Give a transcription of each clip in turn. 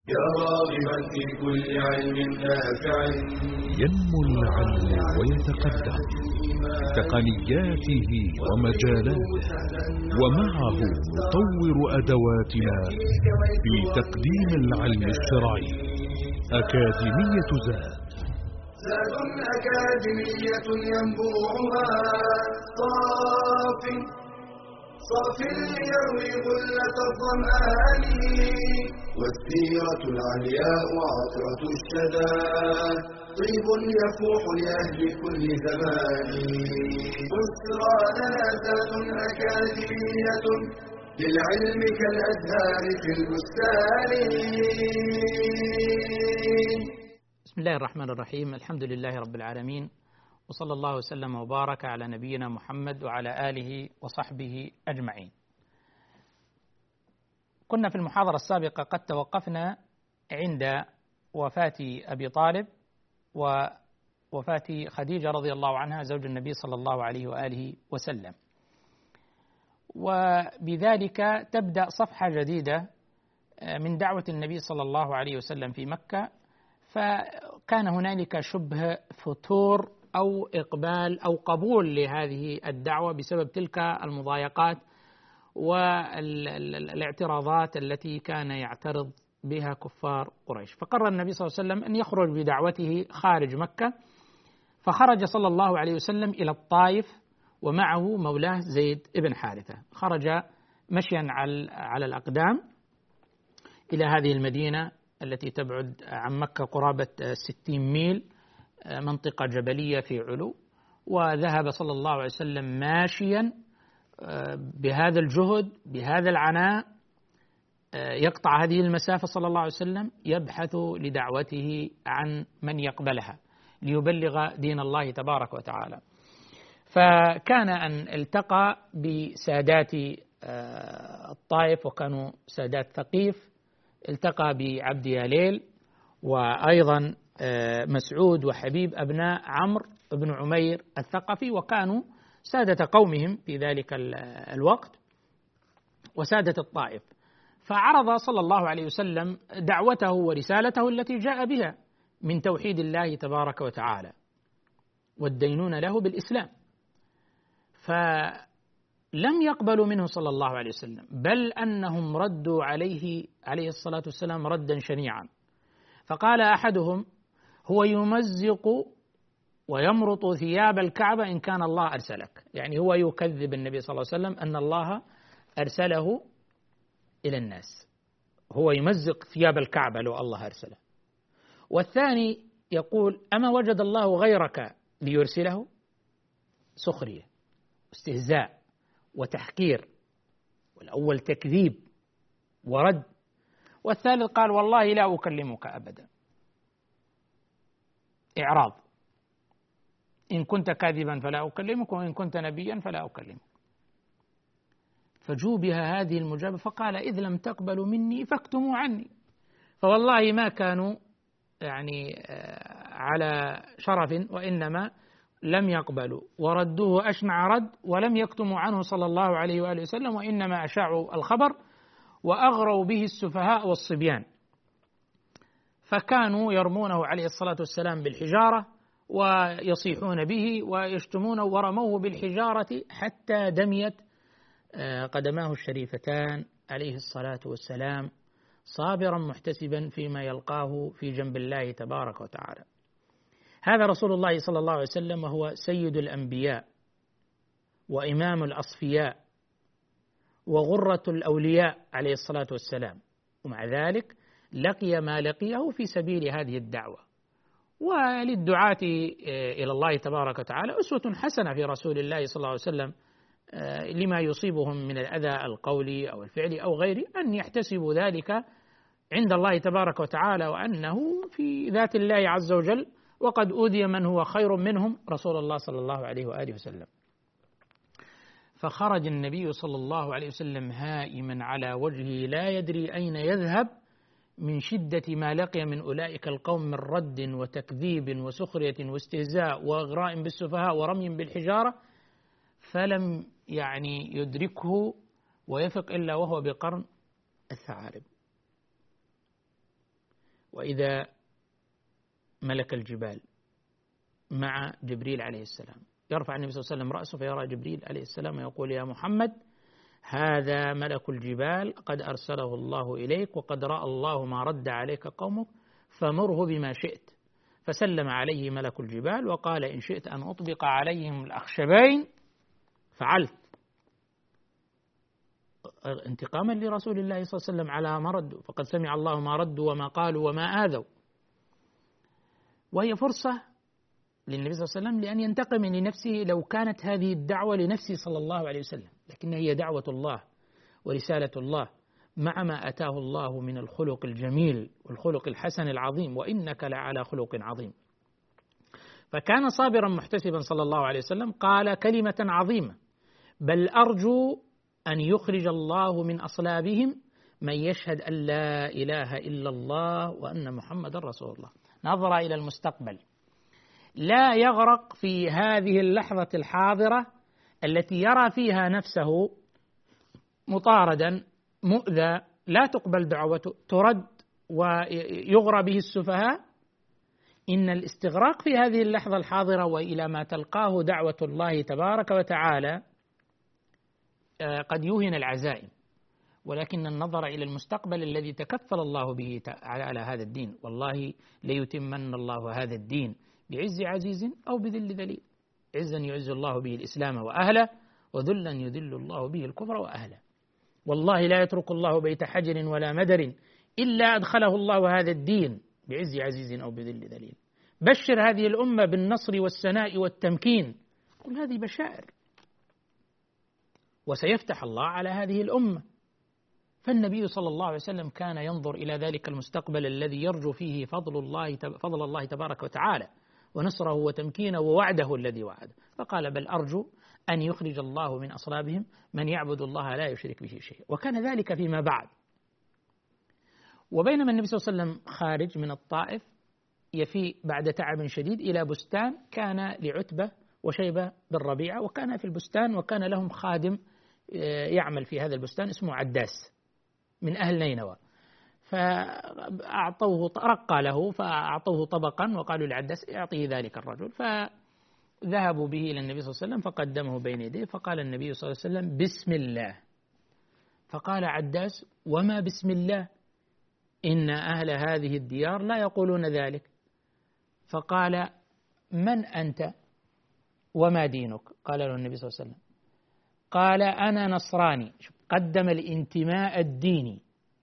يا راغبا في كل علم نافع. ينمو العلم ويتقدم تقنياته ومجالاته، ومعه نطور أدواتنا في تقديم العلم الشرعي. أكاديمية زاد أكاديمية ينبوعها صاف ليروي غلة الظمآن، والسيرة العلياء عطرة الشدى طيب يفوح لأهل كل زمان. بشرى لنا زاد أكاديمية للعلم كالأزهار في البستان. بسم الله الرحمن الرحيم. الحمد لله رب العالمين، وصلى الله وسلم وبارك على نبينا محمد وعلى آله وصحبه أجمعين. كنا في المحاضرة السابقة قد توقفنا عند وفاة أبي طالب ووفاة خديجة رضي الله عنها زوج النبي صلى الله عليه وآله وسلم، وبذلك تبدأ صفحة جديدة من دعوة النبي صلى الله عليه وسلم في مكة. فكان هنالك شبه فتور أو إقبال أو قبول لهذه الدعوة بسبب تلك المضايقات والاعتراضات التي كان يعترض بها كفار قريش. فقرر النبي صلى الله عليه وسلم أن يخرج بدعوته خارج مكة، فخرج صلى الله عليه وسلم إلى الطائف ومعه مولاه زيد بن حارثة. خرج مشيا على الأقدام إلى هذه المدينة التي تبعد عن مكة قرابة 60 ميل، منطقة جبلية في علو، وذهب صلى الله عليه وسلم ماشيا بهذا الجهد بهذا العناء، يقطع هذه المسافة صلى الله عليه وسلم يبحث لدعوته عن من يقبلها ليبلغ دين الله تبارك وتعالى. فكان أن التقى بسادات الطائف، وكانوا سادات ثقيف، التقى بعبد ياليل وأيضا مسعود وحبيب أبناء عمرو بن عمير الثقفي، وكانوا سادة قومهم في ذلك الوقت وسادة الطائف. فعرض صلى الله عليه وسلم دعوته ورسالته التي جاء بها من توحيد الله تبارك وتعالى والدينون له بالإسلام، فلم يقبلوا منه صلى الله عليه وسلم، بل أنهم ردوا عليه الصلاة والسلام ردا شنيعا. فقال أحدهم: هو يمزق ويمرط ثياب الكعبة إن كان الله أرسلك، يعني هو يكذب النبي صلى الله عليه وسلم أن الله أرسله إلى الناس، هو يمزق ثياب الكعبة لو الله أرسله. والثاني يقول: أما وجد الله غيرك ليرسله؟ سخرية استهزاء وتحقير، والأول تكذيب ورد. والثالث قال: والله لا أكلمك أبدا، إعراض، إن كنت كاذبا فلا أكلمك، وإن كنت نبيا فلا أكلمك. فجوبها هذه المجابة فقال: إذ لم تقبلوا مني فاكتموا عني. فوالله ما كانوا يعني على شرف، وإنما لم يقبلوا وردوه أشنع رد، ولم يكتموا عنه صلى الله عليه وآله وسلم، وإنما أشاعوا الخبر وأغروا به السفهاء والصبيان. فكانوا يرمونه عليه الصلاة والسلام بالحجارة ويصيحون به ويشتمونه، ورموه بالحجارة حتى دميت قدماه الشريفتان عليه الصلاة والسلام، صابرا محتسبا فيما يلقاه في جنب الله تبارك وتعالى. هذا رسول الله صلى الله عليه وسلم، وهو سيد الأنبياء وإمام الأصفياء وغرة الأولياء عليه الصلاة والسلام، ومع ذلك لقي ما لقيه في سبيل هذه الدعوة. وللدعاة إلى الله تبارك وتعالى أسوة حسنة في رسول الله صلى الله عليه وسلم لما يصيبهم من الأذى القولي أو الفعلي أو غيره، أن يحتسبوا ذلك عند الله تبارك وتعالى، وأنه في ذات الله عز وجل، وقد أوذي من هو خير منهم رسول الله صلى الله عليه وآله وسلم. فخرج النبي صلى الله عليه وسلم هائما على وجهه لا يدري أين يذهب من شدة ما لقي من أولئك القوم من رد وتكذيب وسخرية واستهزاء وإغراء بالسفهاء ورمي بالحجارة، فلم يعني يدركه ويفق إلا وهو بقرن الثعالب. وإذا ملك الجبال مع جبريل عليه السلام، يرفع النبي صلى الله عليه وسلم رأسه فيرى جبريل عليه السلام ويقول: يا محمد، هذا ملك الجبال قد أرسله الله إليك، وقد رأى الله ما رد عليك قومك، فمره بما شئت. فسلم عليه ملك الجبال وقال: إن شئت أن أطبق عليهم الأخشبين فعلت، انتقاما لرسول الله صلى الله عليه وسلم على ما ردوا، فقد سمع الله ما ردوا وما قالوا وما آذوا. وهي فرصة للنبي صلى الله عليه وسلم لأن ينتقم لنفسه لو كانت هذه الدعوة لنفسه صلى الله عليه وسلم، لكن هي دعوة الله ورسالة الله مع ما أتاه الله من الخلق الجميل والخلق الحسن العظيم، وإنك لعلى خلق عظيم. فكان صابرا محتسبا صلى الله عليه وسلم، قال كلمة عظيمة: بل أرجو أن يخرج الله من أصلابهم من يشهد أن لا إله إلا الله وأن محمد رسول الله. نظر إلى المستقبل، لا يغرق في هذه اللحظة الحاضرة التي يرى فيها نفسه مطاردا مؤذى، لا تقبل دعوته، ترد ويغرى به السفهاء. إن الاستغراق في هذه اللحظة الحاضرة وإلى ما تلقاه دعوة الله تبارك وتعالى قد يوهن العزائم، ولكن النظر إلى المستقبل الذي تكفل الله به على هذا الدين. والله ليتمن الله هذا الدين بعز عزيز أو بذل ذليل. عزا يعز الله به الإسلام وأهله، وذلا يذل الله به الكفر وأهله. والله لا يترك الله بيت حجر ولا مدر إلا أدخله الله هذا الدين بعز عزيز أو بذل ذليل. بشر هذه الأمة بالنصر والسناء والتمكين، قل هذه بشائر، وسيفتح الله على هذه الأمة. فالنبي صلى الله عليه وسلم كان ينظر إلى ذلك المستقبل الذي يرجو فيه فضل الله تبارك وتعالى ونصره وتمكينه ووعده الذي وعده، فقال: بل أرجو أن يخرج الله من أصلابهم من يعبد الله لا يشرك به شيئا. وكان ذلك فيما بعد. وبينما النبي صلى الله عليه وسلم خارج من الطائف يفيء بعد تعب شديد إلى بستان كان لعتبة وشيبة بن ربيعة، وكان في البستان وكان لهم خادم يعمل في هذا البستان اسمه عداس من أهل نينوى، فأعطوه رقى له فأعطوه طبقا وقالوا لعداس: اعطيه ذلك الرجل. فذهبوا به إلى النبي صلى الله عليه وسلم فقدمه بين يديه، فقال النبي صلى الله عليه وسلم: بسم الله. فقال عداس: وما بسم الله؟ إن أهل هذه الديار لا يقولون ذلك. فقال: من أنت وما دينك؟ قال له النبي صلى الله عليه وسلم: قال: أنا نصراني. قدم الانتماء الديني،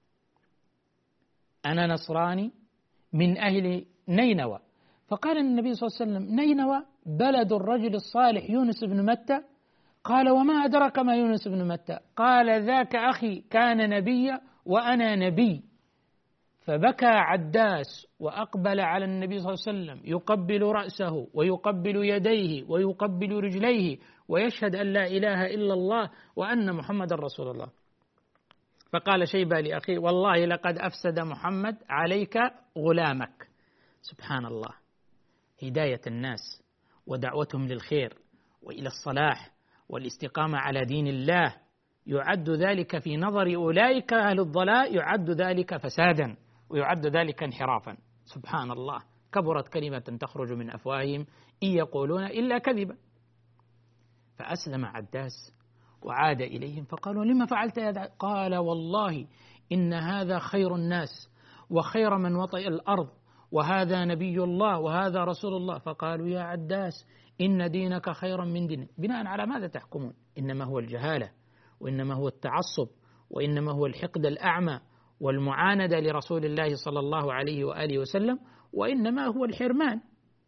أنا نصراني من أهل نينوى. فقال النبي صلى الله عليه وسلم: نينوى بلد الرجل الصالح يونس بن متى. قال: وما أدرك ما يونس بن متى؟ قال: ذاك أخي كان نبيا وأنا نبي. فبكى عداس وأقبل على النبي صلى الله عليه وسلم يقبل رأسه ويقبل يديه ويقبل رجليه ويشهد أن لا إله إلا الله وأن محمد رسول الله. فقال شيبة لأخيه: والله لقد أفسد محمد عليك غلامك. سبحان الله، هداية الناس ودعوتهم للخير وإلى الصلاح والاستقامة على دين الله، يعد ذلك في نظر أولئك أهل الضلال يعد ذلك فسادا ويعد ذلك انحرافا. سبحان الله، كبرت كلمة تخرج من أفواههم إن يقولون إلا كذبا. فأسلم عداس وعاد إليهم فقالوا: لما فعلت هذا؟ قال: والله إن هذا خير الناس وخير من وطئ الأرض، وهذا نبي الله وهذا رسول الله. فقالوا: يا عداس إن دينك خيرا من دينك. بناء على ماذا تحكمون؟ إنما هو الجهالة، وإنما هو التعصب، وإنما هو الحقد الأعمى والمعاندة لرسول الله صلى الله عليه وآله وسلم، وإنما هو الحرمان.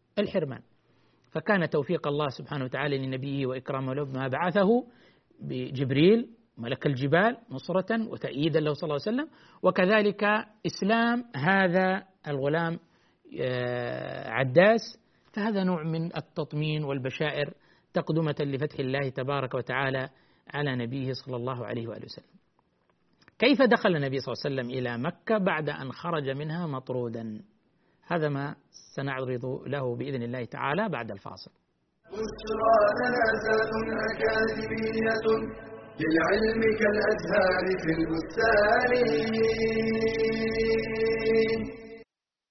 فكان توفيق الله سبحانه وتعالى لنبيه وإكرامه له بما بعثه بجبريل ملك الجبال نصرة وتأييدا له صلى الله عليه وسلم، وكذلك إسلام هذا الغلام عداس. فهذا نوع من التطمين والبشائر تقدمة لفتح الله تبارك وتعالى على نبيه صلى الله عليه وآله وسلم. كيف دخل النبي صلى الله عليه وسلم إلى مكة بعد أن خرج منها مطرودا؟ هذا ما سنعرض له بإذن الله تعالى بعد الفاصل. بشرى لنا ذات أكاديمية للعلم كالأزهار في البستان.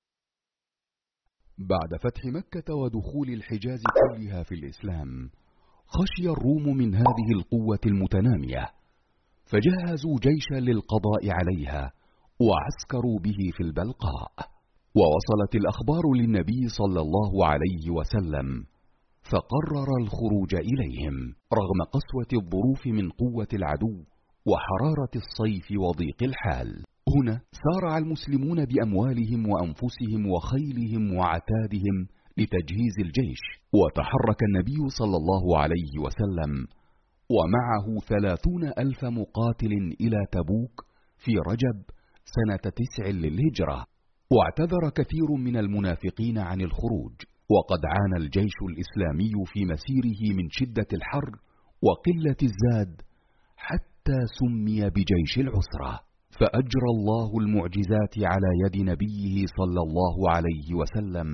بعد فتح مكة ودخول الحجاز كلها في الإسلام، خشي الروم من هذه القوة المتنامية، فجهزوا جيشا للقضاء عليها وعسكروا به في البلقاء. ووصلت الأخبار للنبي صلى الله عليه وسلم، فقرر الخروج إليهم رغم قسوة الظروف من قوة العدو وحرارة الصيف وضيق الحال. هنا سارع المسلمون بأموالهم وأنفسهم وخيلهم وعتادهم لتجهيز الجيش، وتحرك النبي صلى الله عليه وسلم ومعه 30,000 مقاتل إلى تبوك في رجب سنة 9 للهجرة. واعتذر كثير من المنافقين عن الخروج، وقد عانى الجيش الإسلامي في مسيره من شدة الحر وقلة الزاد حتى سمي بجيش العسرة. فأجرى الله المعجزات على يد نبيه صلى الله عليه وسلم،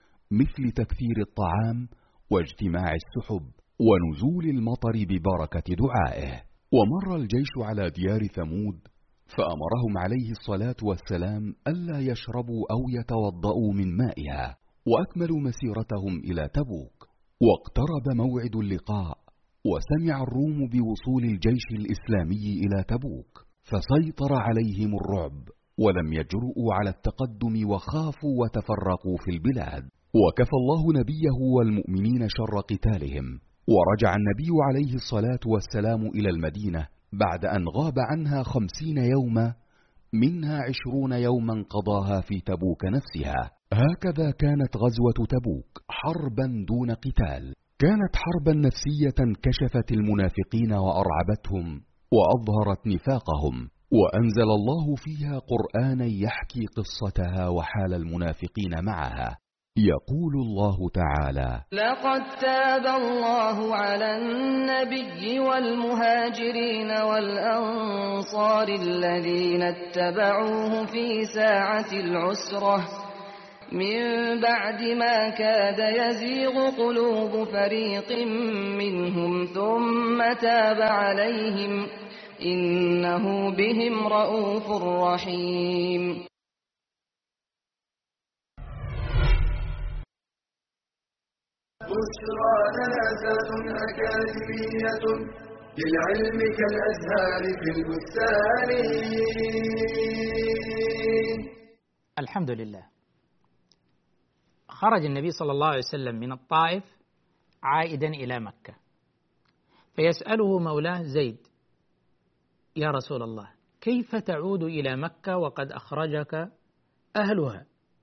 مثل تكثير الطعام واجتماع السحب ونزول المطر ببركة دعائه. ومر الجيش على ديار ثمود، فأمرهم عليه الصلاة والسلام ألا يشربوا أو يتوضأوا من مائها، وأكملوا مسيرتهم إلى تبوك. واقترب موعد اللقاء، وسمع الروم بوصول الجيش الإسلامي إلى تبوك، فسيطر عليهم الرعب، ولم يجرؤوا على التقدم وخافوا وتفرقوا في البلاد. وكفى الله نبيه والمؤمنين شر قتالهم، ورجع النبي عليه الصلاة والسلام إلى المدينة بعد أن غاب عنها 50 يوما، منها 20 يوما قضاها في تبوك نفسها. هكذا كانت غزوة تبوك، حربا دون قتال، كانت حربا نفسية كشفت المنافقين وأرعبتهم وأظهرت نفاقهم، وأنزل الله فيها قرآنا يحكي قصتها وحال المنافقين معها. يقول الله تعالى: لقد تاب الله على النبي والمهاجرين والأنصار الذين اتبعوه في ساعة العسرة من بعد ما كاد يزيغ قلوب فريق منهم ثم تاب عليهم إنه بهم رءوف رحيم. بشرى جنازة أكاديمية للعلم كالأزهار في البستان. الحمد لله. خرج النبي صلى الله عليه وسلم من الطائف عائدا إلى مكة، فيسأله مولاه زيد: يا رسول الله، كيف تعود إلى مكة وقد أخرجك أهلها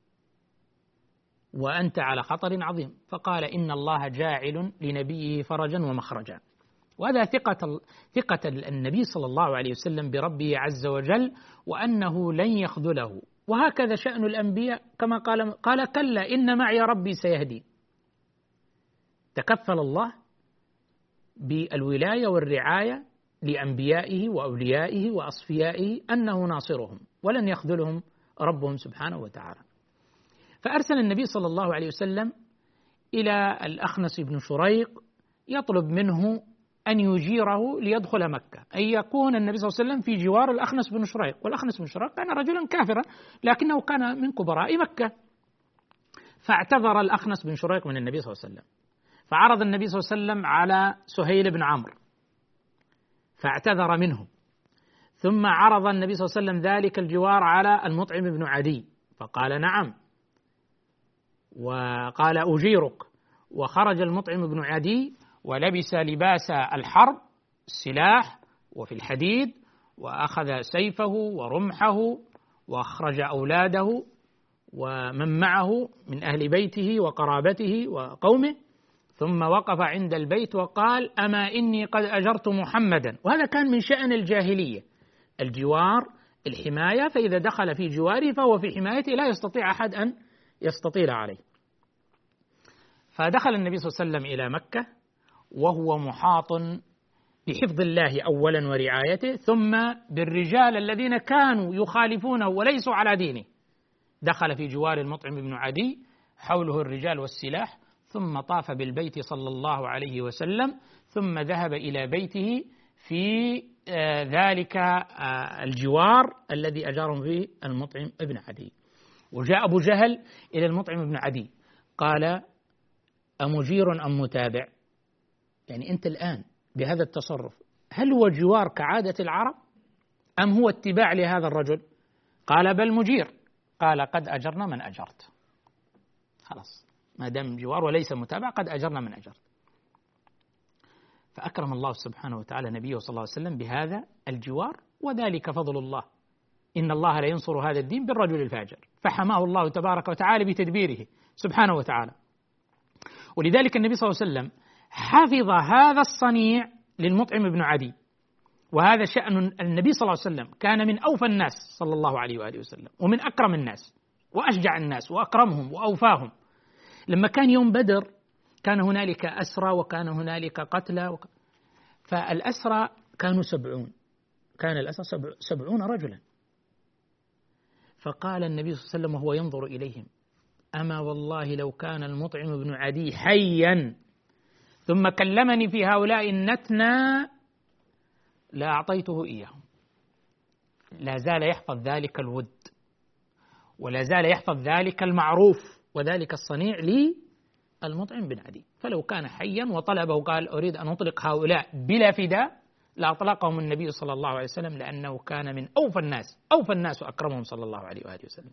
وأنت على خطر عظيم؟ فقال: إن الله جاعل لنبيه فرجا ومخرجا. وهذا ثقة النبي صلى الله عليه وسلم بربه عز وجل، وأنه لن يخذله. وهكذا شأن الأنبياء، كما قال: كلا إن معي ربي سيهدي. تكفل الله بالولاية والرعاية لأنبيائه وأوليائه وأصفيائه أنه ناصرهم ولن يخذلهم ربهم سبحانه وتعالى. فأرسل النبي صلى الله عليه وسلم إلى الأخنس بن شريق يطلب منه أن يجيره ليدخل مكة، أي يكون النبي صلى الله عليه وسلم في جوار الأخنس بن شريق. والأخنس بن شريق كان رجلا كافرا لكنه كان من كبراء مكة. فاعتذر الأخنس بن شريق من النبي صلى الله عليه وسلم، فعرض النبي صلى الله عليه وسلم على سهيل بن عمرو فاعتذر منه، ثم عرض النبي صلى الله عليه وسلم ذلك الجوار على المطعم بن عدي فقال: نعم، وقال: أجيرك. وخرج المطعم بن عدي ولبس لباس الحرب، السلاح وفي الحديد، وأخذ سيفه ورمحه وأخرج أولاده ومن معه من أهل بيته وقرابته وقومه، ثم وقف عند البيت وقال: أما إني قد أجرت محمدا. وهذا كان من شأن الجاهلية، الجوار، الحماية، فإذا دخل في جواره فهو في حمايته، لا يستطيع أحد أن يستطيل عليه. فدخل النبي صلى الله عليه وسلم إلى مكة وهو محاط بحفظ الله أولا ورعايته، ثم بالرجال الذين كانوا يخالفونه وليسوا على دينه. دخل في جوار المطعم بن عدي، حوله الرجال والسلاح، ثم طاف بالبيت صلى الله عليه وسلم، ثم ذهب إلى بيته في ذلك الجوار الذي أجارهم فيه المطعم بن عدي. وجاء أبو جهل إلى المطعم بن عدي قال أمجير أم متابع؟ يعني أنت الآن بهذا التصرف هل هو جوار كعادة العرب أم هو اتباع لهذا الرجل؟ قال بل مجير. قال قد أجرنا من أجرت، خلاص ما دام جوار وليس متابع قد أجرنا من أجرت. فأكرم الله سبحانه وتعالى نبيه صلى الله عليه وسلم بهذا الجوار، وذلك فضل الله، إن الله لا ينصر هذا الدين بالرجل الفاجر، فحماه الله تبارك وتعالى بتدبيره سبحانه وتعالى. ولذلك النبي صلى الله عليه وسلم حفظ هذا الصنيع للمطعم بن عدي، وهذا شأن النبي صلى الله عليه وسلم، كان من أوفى الناس صلى الله عليه وآله وسلم، ومن أكرم الناس وأشجع الناس وأكرمهم وأوفاهم. لما كان يوم بدر كان هنالك أسرى وكان هنالك قتلى فالأسرى كانوا 70، كان الأسرى 70 رجلا. فقال النبي صلى الله عليه وسلم وهو ينظر إليهم: أما والله لو كان المطعم بن عدي حيا ثم كلمني في هؤلاء النتنى لأعطيته إياهم. لا زال يحفظ ذلك الود، ولا زال يحفظ ذلك المعروف وذلك الصنيع للمطعم بن عدي. فلو كان حيا وطلبه قال أريد أن أطلق هؤلاء بلا فداء لأطلقهم النبي صلى الله عليه وسلم، لأنه كان من أوفى الناس وأكرمهم صلى الله عليه وآله وسلم.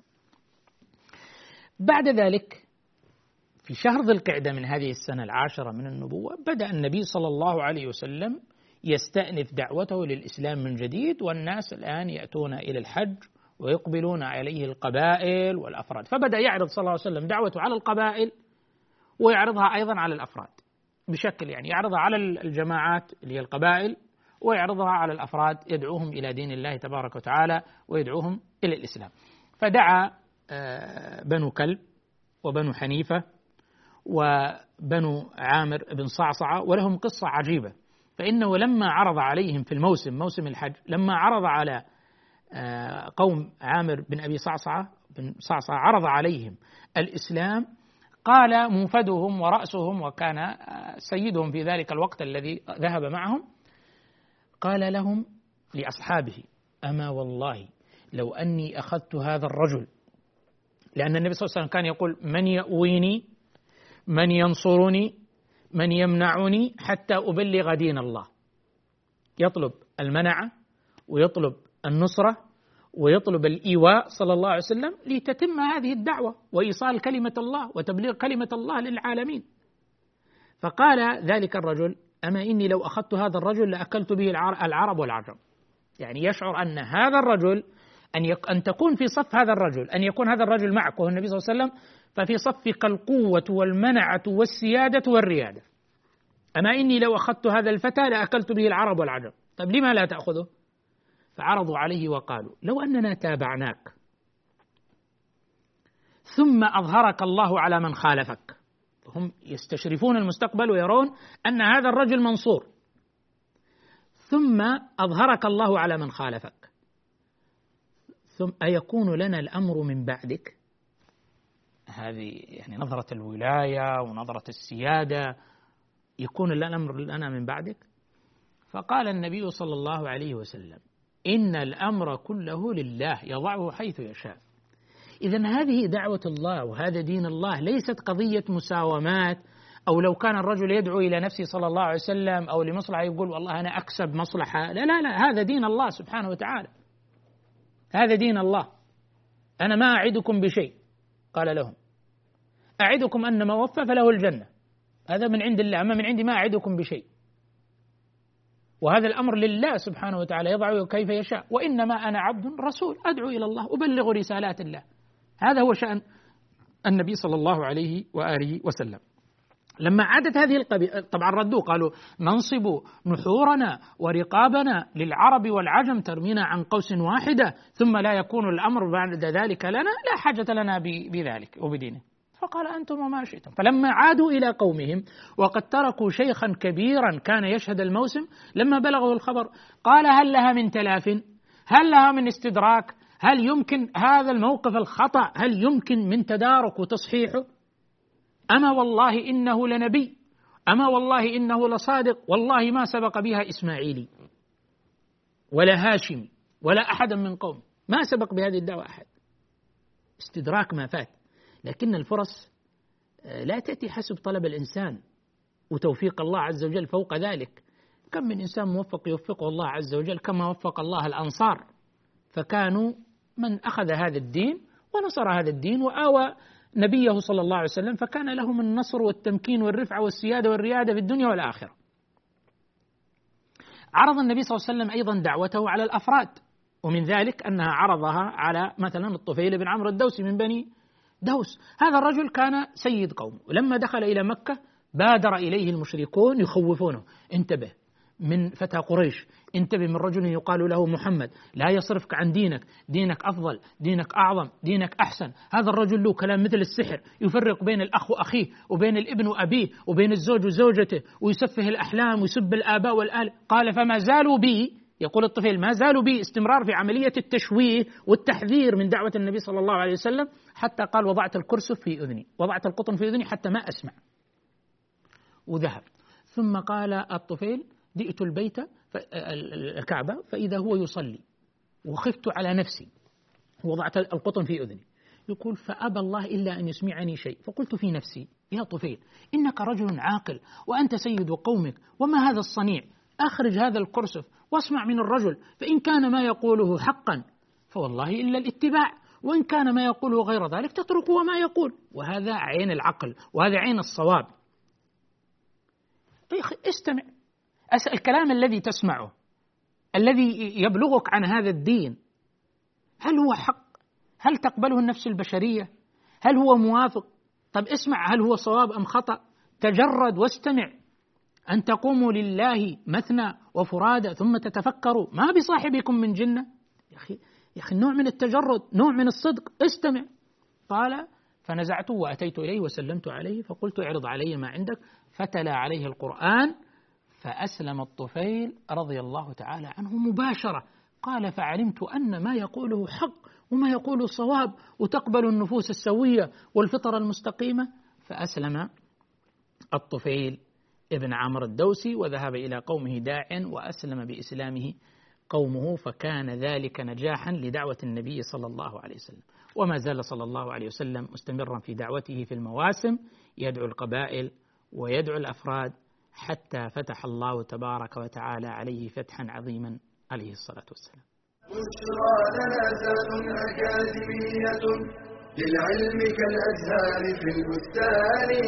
بعد ذلك في شهر ذي القعدة من هذه السنة 10 من النبوة بدأ النبي صلى الله عليه وسلم يستأنف دعوته للإسلام من جديد، والناس الآن يأتون إلى الحج ويقبلون عليه القبائل والأفراد. فبدأ يعرض صلى الله عليه وسلم دعوته على القبائل ويعرضها أيضا على الأفراد بشكل، يعني يعرضها على الجماعات اللي هي القبائل، ويعرضها على الأفراد يدعوهم إلى دين الله تبارك وتعالى ويدعوهم إلى الإسلام. فدعا بنو كلب وبنو حنيفة وبنو عامر بن صعصعة، ولهم قصة عجيبة. فإنه لما عرض عليهم في موسم الحج، لما عرض على قوم عامر بن أبي صعصعة عرض عليهم الإسلام، قال موفدهم ورأسهم وكان سيدهم في ذلك الوقت الذي ذهب معهم، قال لهم لأصحابه: أما والله لو أني أخذت هذا الرجل، لأن النبي صلى الله عليه وسلم كان يقول: من يأويني، من ينصرني، من يمنعني حتى أبلغ دين الله. يطلب المنعة ويطلب النصرة ويطلب الإيواء صلى الله عليه وسلم لتتم هذه الدعوة وإيصال كلمة الله وتبليغ كلمة الله للعالمين. فقال ذلك الرجل: أما إني لو أخذت هذا الرجل لأكلت به العرب والعجم. يعني يشعر أن هذا الرجل أن تكون في صف هذا الرجل، أن يكون هذا الرجل معك وهو النبي صلى الله عليه وسلم، ففي صفك القوة والمنعة والسيادة والريادة. أما إني لو أخذت هذا الفتى لأكلت به العرب والعجم. طيب لما لا تأخذه؟ فعرضوا عليه وقالوا: لو أننا تابعناك ثم أظهرك الله على من خالفك. هم يستشرفون المستقبل ويرون أن هذا الرجل منصور، ثم أظهرك الله على من خالفك، ثم أيكون لنا الأمر من بعدك؟ هذه يعني نظرة الولاية ونظرة السيادة، يكون الأمر لنا من بعدك؟ فقال النبي صلى الله عليه وسلم: إن الأمر كله لله يضعه حيث يشاء. إذن هذه دعوة الله وهذا دين الله، ليست قضية مساومات، أو لو كان الرجل يدعو إلى نفسه صلى الله عليه وسلم أو لمصلحة يقول والله أنا أكسب مصلحة. لا لا لا، هذا دين الله سبحانه وتعالى، هذا دين الله. أنا ما أعدكم بشيء، قال لهم: أعدكم أن ما وفى فله الجنة. هذا من عند الله، أما من عندي ما أعدكم بشيء. وهذا الأمر لله سبحانه وتعالى يضعه كيف يشاء. وإنما أنا عبد رسول أدعو إلى الله أبلغ رسالات الله. هذا هو شأن النبي صلى الله عليه وآله وسلم. لما عادت هذه القبيلة طبعا ردوا، قالوا: ننصب نحورنا ورقابنا للعرب والعجم ترمينا عن قوس واحدة ثم لا يكون الأمر بعد ذلك لنا، لا حاجة لنا بذلك وبدينه. فقال: أنتم وما شئتم. فلما عادوا إلى قومهم وقد تركوا شيخا كبيرا كان يشهد الموسم، لما بلغوا الخبر قال: هل لها من تلاف؟ هل لها من استدراك؟ هل يمكن هذا الموقف الخطأ هل يمكن من تدارك وتصحيحه؟ أما والله إنه لنبي، أما والله إنه لصادق، والله ما سبق بها إسماعيلي ولا هاشمي ولا أحد من قوم، ما سبق بهذه الدعوة أحد. استدراك ما فات، لكن الفرص لا تأتي حسب طلب الإنسان، وتوفيق الله عز وجل فوق ذلك. كم من إنسان موفق يوفقه الله عز وجل كما وفق الله الأنصار، فكانوا من أخذ هذا الدين ونصر هذا الدين وآوى نبيه صلى الله عليه وسلم، فكان لهم النصر والتمكين والرفعة والسيادة والريادة في الدنيا والآخرة. عرض النبي صلى الله عليه وسلم أيضا دعوته على الأفراد، ومن ذلك أنها عرضها على مثلا الطفيل بن عمرو الدوسي من بني دوس. هذا الرجل كان سيد قوم، ولما دخل إلى مكة بادر إليه المشركون يخوفونه: انتبه من فتى قريش، انتبه من رجل يقال له محمد، لا يصرفك عن دينك، دينك أفضل، دينك أعظم، دينك أحسن. هذا الرجل له كلام مثل السحر، يفرق بين الأخ وأخيه وبين الابن وأبيه وبين الزوج وزوجته، ويسفه الأحلام ويسب الآباء والآل. قال: فما زالوا بي، يقول الطفيل، ما زالوا بي استمرار في عملية التشويه والتحذير من دعوة النبي صلى الله عليه وسلم، حتى قال: وضعت الكرسف في أذني، وضعت القطن في أذني حتى ما أسمع، وذهب. ثم قال الطفيل: جئت البيت الكعبة فإذا هو يصلي وخفت على نفسي وضعت القطن في أذني. يقول: فأبى الله إلا أن يسمعني شيء، فقلت في نفسي: يا طفيل، إنك رجل عاقل وأنت سيد قومك، وما هذا الصنيع؟ أخرج هذا الكرسف واسمع من الرجل، فإن كان ما يقوله حقا فوالله إلا الاتباع، وإن كان ما يقوله غير ذلك تترك وما يقول. وهذا عين العقل، وهذا عين الصواب. استمع، الكلام الذي تسمعه الذي يبلغك عن هذا الدين، هل هو حق؟ هل تقبله النفس البشرية؟ هل هو موافق؟ طب اسمع، هل هو صواب أم خطأ؟ تجرد واستمع. أن تقوموا لله مثنى وفرادى ثم تتفكروا ما بصاحبكم من جنة. يا أخي نوع من التجرد، نوع من الصدق. استمع. قال: فنزعته وأتيت إليه وسلمت عليه فقلت: اعرض علي ما عندك، فتلا عليه القرآن فأسلم الطفيل رضي الله تعالى عنه مباشرة. قال: فعلمت أن ما يقوله حق وما يقوله صواب، وتقبل النفوس السوية والفطرة المستقيمة. فأسلم الطفيل ابن عمرو الدوسي وذهب إلى قومه داع، وأسلم بإسلامه قومه، فكان ذلك نجاحا لدعوة النبي صلى الله عليه وسلم. وما زال صلى الله عليه وسلم مستمرا في دعوته في المواسم، يدعو القبائل ويدعو الأفراد، حتى فتح الله تبارك وتعالى عليه فتحا عظيما عليه الصلاة والسلام. بشرى لنا زاد أكاديمية للعلم كالأزهار في البستان.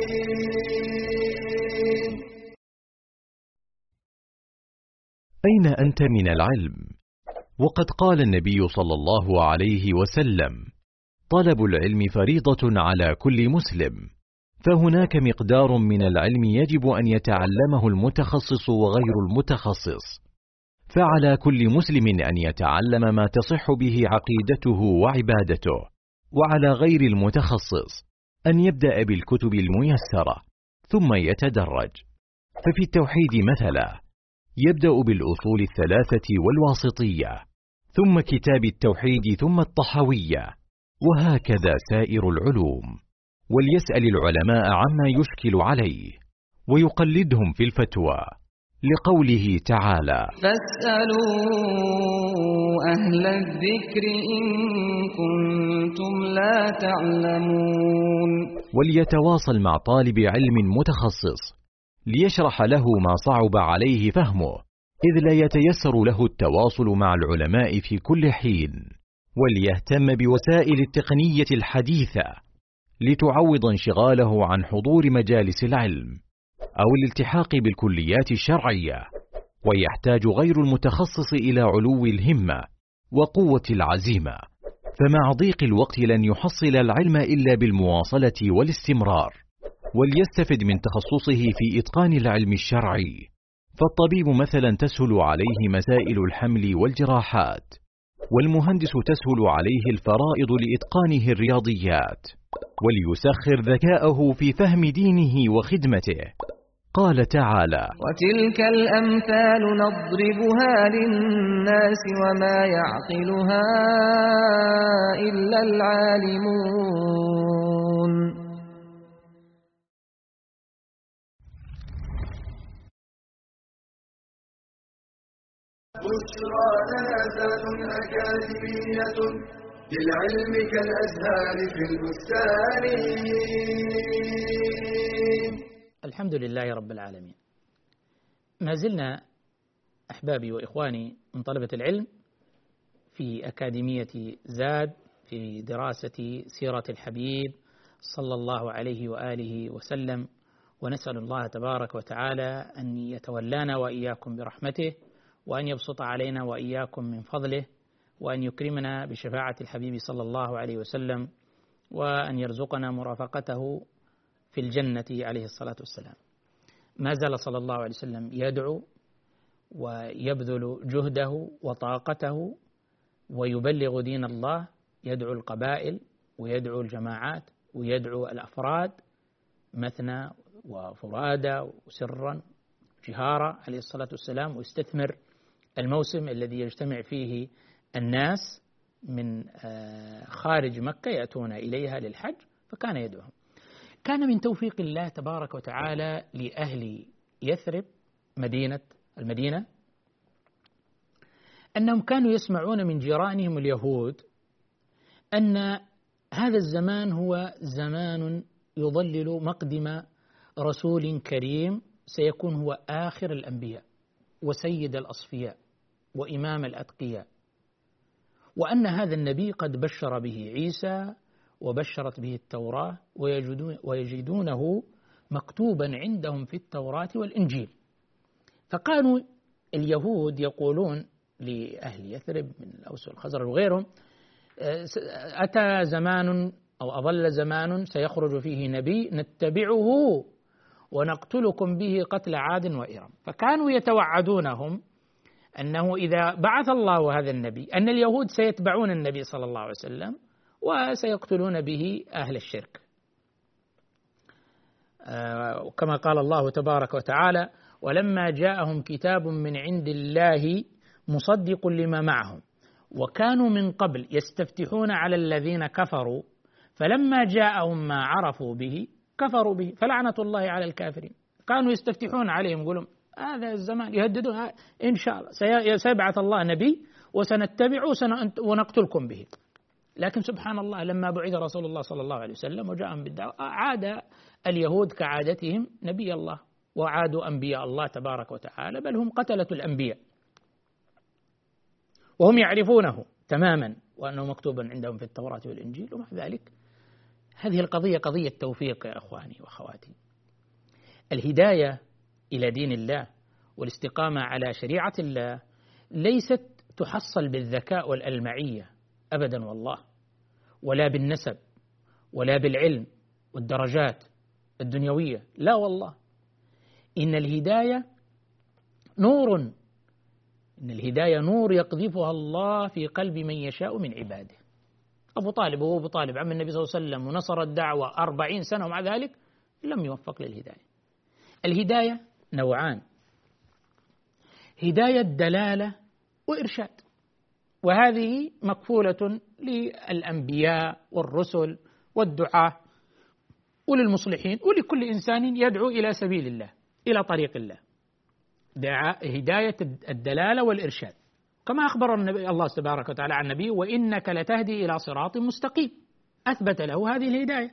أين أنت من العلم؟ وقد قال النبي صلى الله عليه وسلم: طلب العلم فريضة على كل مسلم، فهناك مقدار من العلم يجب أن يتعلمه المتخصص وغير المتخصص، فعلى كل مسلم أن يتعلم ما تصح به عقيدته وعبادته، وعلى غير المتخصص أن يبدأ بالكتب الميسرة ثم يتدرج. ففي التوحيد مثلا يبدأ بالأصول الثلاثة والواسطية، ثم كتاب التوحيد، ثم الطحاوية، وهكذا سائر العلوم. وليسأل العلماء عما يشكل عليه ويقلدهم في الفتوى، لقوله تعالى: فاسألوا أهل الذكر إن كنتم لا تعلمون. وليتواصل مع طالب علم متخصص ليشرح له ما صعب عليه فهمه، إذ لا يتيسر له التواصل مع العلماء في كل حين. وليهتم بوسائل التقنية الحديثة لتعوض انشغاله عن حضور مجالس العلم أو الالتحاق بالكليات الشرعية. ويحتاج غير المتخصص إلى علو الهمة وقوة العزيمة، فمع ضيق الوقت لن يحصل العلم إلا بالمواصلة والاستمرار. وليستفد من تخصصه في إتقان العلم الشرعي، فالطبيب مثلا تسهل عليه مسائل الحمل والجراحات، والمهندس تسهل عليه الفرائض لإتقانه الرياضيات، وليسخر ذكاءه في فهم دينه وخدمته. قال تعالى: وتلك الأمثال نضربها للناس وما يعقلها إلا العالمون. بشرى لنا زاد أكاديمية بالعلم كالأزهار في البستان. الحمد لله رب العالمين. ما زلنا أحبابي وإخواني من طلبة العلم في أكاديمية زاد في دراسة سيرة الحبيب صلى الله عليه وآله وسلم، ونسأل الله تبارك وتعالى أن يتولانا وإياكم برحمته، وأن يبسط علينا وإياكم من فضله، وأن يكرمنا بشفاعة الحبيب صلى الله عليه وسلم، وأن يرزقنا مرافقته في الجنة عليه الصلاة والسلام. ما زال صلى الله عليه وسلم يدعو ويبذل جهده وطاقته ويبلغ دين الله، يدعو القبائل ويدعو الجماعات ويدعو الأفراد مثنى وفرادى وسرا جهارا عليه الصلاة والسلام، ويستثمر الموسم الذي يجتمع فيه الناس من خارج مكة يأتون إليها للحج، فكان يدعوهم. كان من توفيق الله تبارك وتعالى لأهل يثرب المدينة أنهم كانوا يسمعون من جيرانهم اليهود أن هذا الزمان هو زمان يظلل مقدم رسول كريم سيكون هو آخر الأنبياء وسيد الأصفياء وإمام الأتقياء، وأن هذا النبي قد بشر به عيسى وبشرت به التوراة، ويجدونه مكتوبا عندهم في التوراة والإنجيل. فكانوا اليهود يقولون لأهل يثرب من الأوس والخزرج وغيرهم: أتى زمان أو أظل زمان سيخرج فيه نبي نتبعه ونقتلكم به قتل عاد وإرم. فكانوا يتوعدونهم أنه إذا بعث الله هذا النبي أن اليهود سيتبعون النبي صلى الله عليه وسلم وسيقتلون به أهل الشرك، كما قال الله تبارك وتعالى: ولما جاءهم كتاب من عند الله مصدق لما معهم وكانوا من قبل يستفتحون على الذين كفروا فلما جاءهم ما عرفوا به كفروا به فلعنة الله على الكافرين. كانوا يستفتحون عليهم يقولون هذا الزمان، يهددون إن شاء الله سيبعث الله نبي وسنتبعه ونقتلكم به. لكن سبحان الله لما بعث رسول الله صلى الله عليه وسلم وجاءهم بالدعوة عاد اليهود كعادتهم نبي الله، وعادوا أنبياء الله تبارك وتعالى، بل هم قتلة الأنبياء وهم يعرفونه تماما وأنه مكتوب عندهم في التوراة والإنجيل. ومع ذلك هذه القضية قضية توفيق يا أخواني وأخواتي. الهداية إلى دين الله والاستقامة على شريعة الله ليست تحصل بالذكاء والألمعية أبدا والله، ولا بالنسب ولا بالعلم والدرجات الدنيوية، لا والله. إن الهداية نور يقذفها الله في قلب من يشاء من عباده. أبو طالب وهو أبو طالب عم النبي صلى الله عليه وسلم ونصر الدعوة 40 سنة ومع ذلك لم يوفق للهداية. الهداية نوعان: هداية دلالة وإرشاد، وهذه مكفولة للأنبياء والرسل والدعاة وللمصلحين ولكل إنسان يدعو إلى سبيل الله إلى طريق الله. هداية الدلالة والإرشاد كما أخبر الله تبارك وتعالى عن النبي: وإنك لتهدي إلى صراط مستقيم، أثبت له هذه الهداية.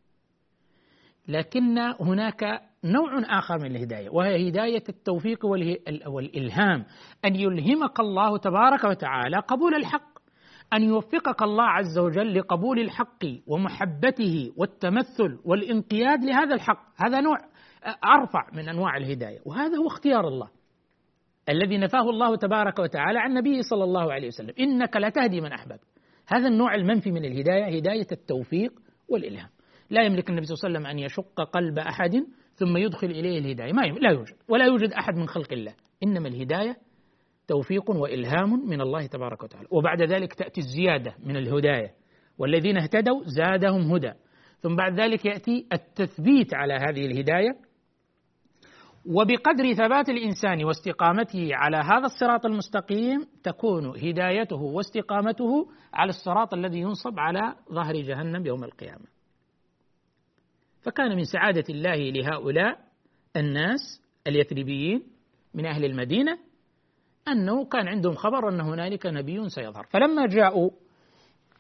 لكن هناك نوع آخر من الهداية، وهي هداية التوفيق والإلهام، أن يلهمك الله تبارك وتعالى قبول الحق، أن يوفقك الله عز وجل لقبول الحق ومحبته والتمثل والانقياد لهذا الحق. هذا نوع أرفع من أنواع الهداية، وهذا هو اختيار الله الذي نفاه الله تبارك وتعالى عن نبيه صلى الله عليه وسلم: إنك لتهدي من أحببت. هذا النوع المنفي من الهداية هداية التوفيق والإلهام. لا يملك النبي صلى الله عليه وسلم أن يشق قلب أحد ثم يدخل إليه الهداية، لا يوجد، ولا يوجد أحد من خلق الله. إنما الهداية توفيق وإلهام من الله تبارك وتعالى، وبعد ذلك تأتي الزيادة من الهداية: والذين اهتدوا زادهم هدى. ثم بعد ذلك يأتي التثبيت على هذه الهداية، وبقدر ثبات الإنسان واستقامته على هذا الصراط المستقيم تكون هدايته واستقامته على الصراط الذي ينصب على ظهر جهنم يوم القيامة. فكان من سعادة الله لهؤلاء الناس اليثربيين من أهل المدينة أنه كان عندهم خبر أن هنالك نبي سيظهر. فلما جاءوا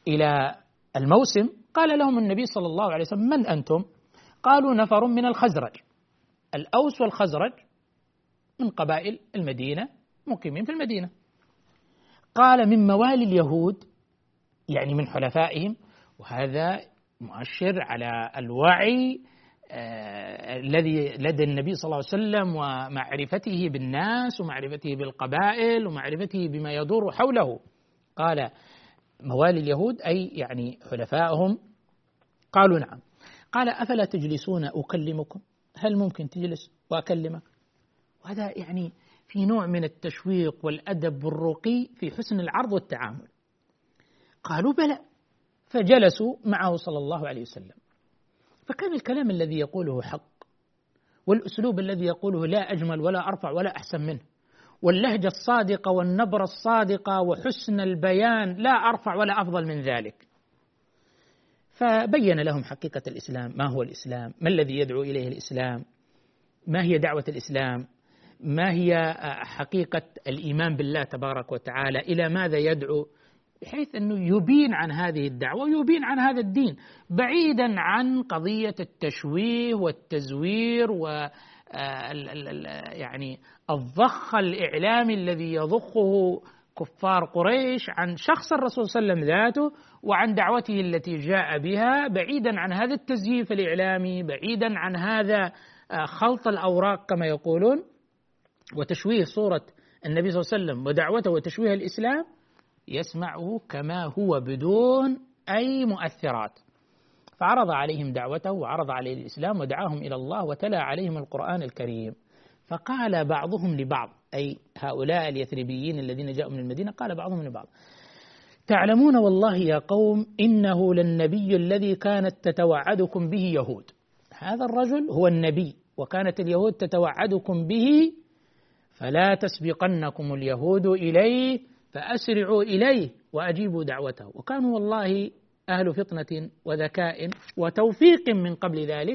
إلى الموسم قال لهم النبي صلى الله عليه وسلم: من أنتم؟ قالوا: نفر من الخزرج. الأوس والخزرج من قبائل المدينة، مقيمين في المدينة. قال: من موالي اليهود، يعني من حلفائهم. وهذا مؤشر على الوعي الذي لدى النبي صلى الله عليه وسلم، ومعرفته بالناس ومعرفته بالقبائل ومعرفته بما يدور حوله. قال: موالي اليهود، أي يعني حلفائهم. قالوا: نعم. قال: أفلا تجلسون أكلمكم؟ هل ممكن تجلس وأكلمك؟ وهذا يعني في نوع من التشويق والأدب والرقي في حسن العرض والتعامل. قالوا: بلى. فجلسوا معه صلى الله عليه وسلم، فكان الكلام الذي يقوله حق، والأسلوب الذي يقوله لا أجمل ولا أرفع ولا أحسن منه، واللهجة الصادقة والنبرة الصادقة وحسن البيان لا أرفع ولا أفضل من ذلك. فبين لهم حقيقة الإسلام، ما هو الإسلام، ما الذي يدعو إليه الإسلام، ما هي دعوة الإسلام، ما هي حقيقة الإيمان بالله تبارك وتعالى، إلى ماذا يدعو، بحيث أنه يبين عن هذه الدعوة ويبين عن هذا الدين، بعيدا عن قضية التشويه والتزوير يعني الضخ الإعلامي الذي يضخه كفار قريش عن شخص الرسول صلى الله عليه وسلم ذاته وعن دعوته التي جاء بها، بعيدا عن هذا التزييف الإعلامي، بعيدا عن هذا خلط الأوراق كما يقولون، وتشويه صورة النبي صلى الله عليه وسلم ودعوته وتشويه الإسلام. يسمعه كما هو بدون أي مؤثرات. فعرض عليهم دعوته وعرض عليه الإسلام ودعاهم إلى الله وتلا عليهم القرآن الكريم. فقال بعضهم لبعض، أي هؤلاء اليثربيين الذين جاءوا من المدينة، قال بعضهم لبعض: تعلمون والله يا قوم إنه للنبي الذي كانت تتوعدكم به يهود. هذا الرجل هو النبي وكانت اليهود تتوعدكم به، فلا تسبقنكم اليهود إليه فأسرعوا إليه وأجيبوا دعوته. وكانوا والله أهل فطنة وذكاء وتوفيق من قبل ذلك،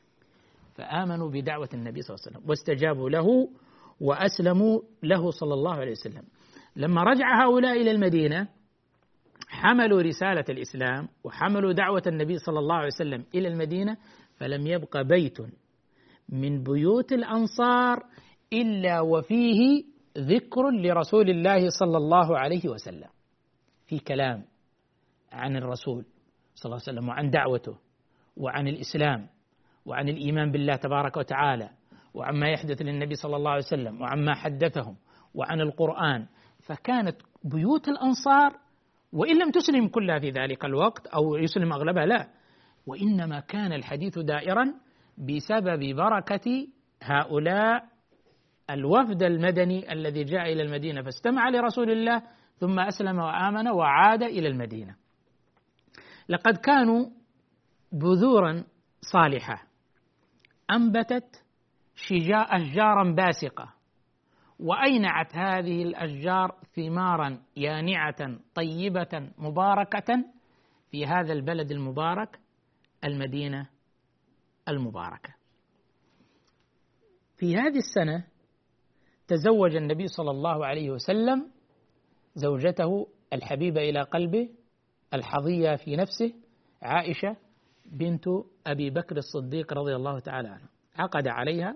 فآمنوا بدعوة النبي صلى الله عليه وسلم واستجابوا له وأسلموا له صلى الله عليه وسلم. لما رجع هؤلاء إلى المدينة حملوا رسالة الإسلام وحملوا دعوة النبي صلى الله عليه وسلم إلى المدينة، فلم يبق بيت من بيوت الأنصار إلا وفيه ذكر لرسول الله صلى الله عليه وسلم، في كلام عن الرسول صلى الله عليه وسلم وعن دعوته وعن الإسلام وعن الإيمان بالله تبارك وتعالى وعما يحدث للنبي صلى الله عليه وسلم وعما حدثهم وعن القرآن. فكانت بيوت الأنصار، وإن لم تسلم كلها في ذلك الوقت أو يسلم أغلبها، لا، وإنما كان الحديث دائرا بسبب بركة هؤلاء الوفد المدني الذي جاء إلى المدينة فاستمع لرسول الله ثم أسلم وآمن وعاد إلى المدينة. لقد كانوا بذورا صالحة أنبتت أشجارا باسقة، وأينعت هذه الأشجار ثمارا يانعة طيبة مباركة في هذا البلد المبارك، المدينة المباركة. في هذه السنة تزوج النبي صلى الله عليه وسلم زوجته الحبيبة إلى قلبه الحظية في نفسه، عائشة بنت أبي بكر الصديق رضي الله تعالى عنه. عقد عليها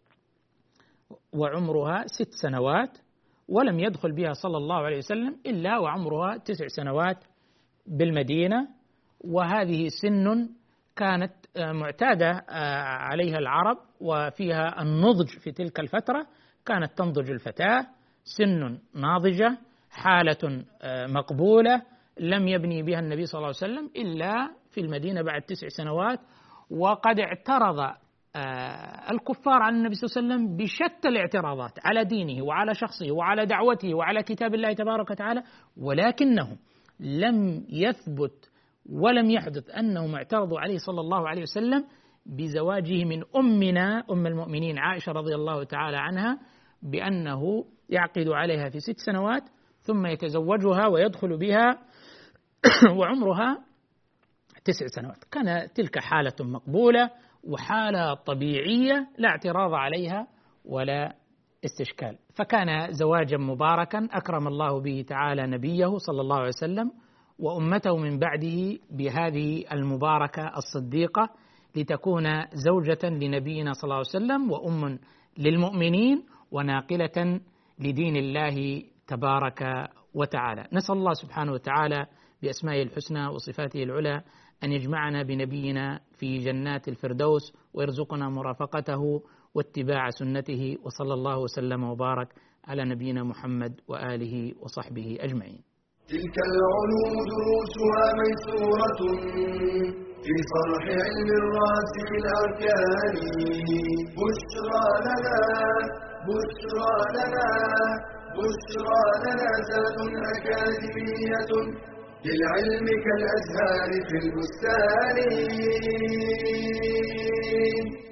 وعمرها 6 سنوات، ولم يدخل بها صلى الله عليه وسلم إلا وعمرها 9 سنوات بالمدينة، وهذه سن كانت معتادة عليها العرب وفيها النضج في تلك الفترة. كانت تنضج الفتاة، سن ناضجة، حالة مقبولة، لم يبني بها النبي صلى الله عليه وسلم إلا في المدينة بعد 9 سنوات. وقد اعترض الكفار على النبي صلى الله عليه وسلم بشتى الاعتراضات على دينه وعلى شخصه وعلى دعوته وعلى كتاب الله تبارك وتعالى، ولكنهم لم يثبت ولم يحدث أنهم اعترضوا عليه صلى الله عليه وسلم بزواجه من أمنا أم المؤمنين عائشة رضي الله تعالى عنها، بأنه يعقد عليها في 6 سنوات ثم يتزوجها ويدخل بها وعمرها 9 سنوات. كان تلك حالة مقبولة وحالة طبيعية لا اعتراض عليها ولا استشكال. فكان زواجا مباركا أكرم الله به تعالى نبيه صلى الله عليه وسلم وأمته من بعده بهذه المباركة الصديقة لتكون زوجة لنبينا صلى الله عليه وسلم وأم للمؤمنين وناقلة لدين الله تبارك وتعالى. نسأل الله سبحانه وتعالى بأسمائه الحسنى وصفاته العلى أن يجمعنا بنبينا في جنات الفردوس ويرزقنا مرافقته واتباع سنته، وصلى الله وسلم وبارك على نبينا محمد وآله وصحبه أجمعين. تلك العلوم دروسها ميسورة في صرح علم الراسخ الأركان. بشرى لنا بشرى لنا بشرى لنا ذات أكاديمية للعلم كالأزهار في البستان.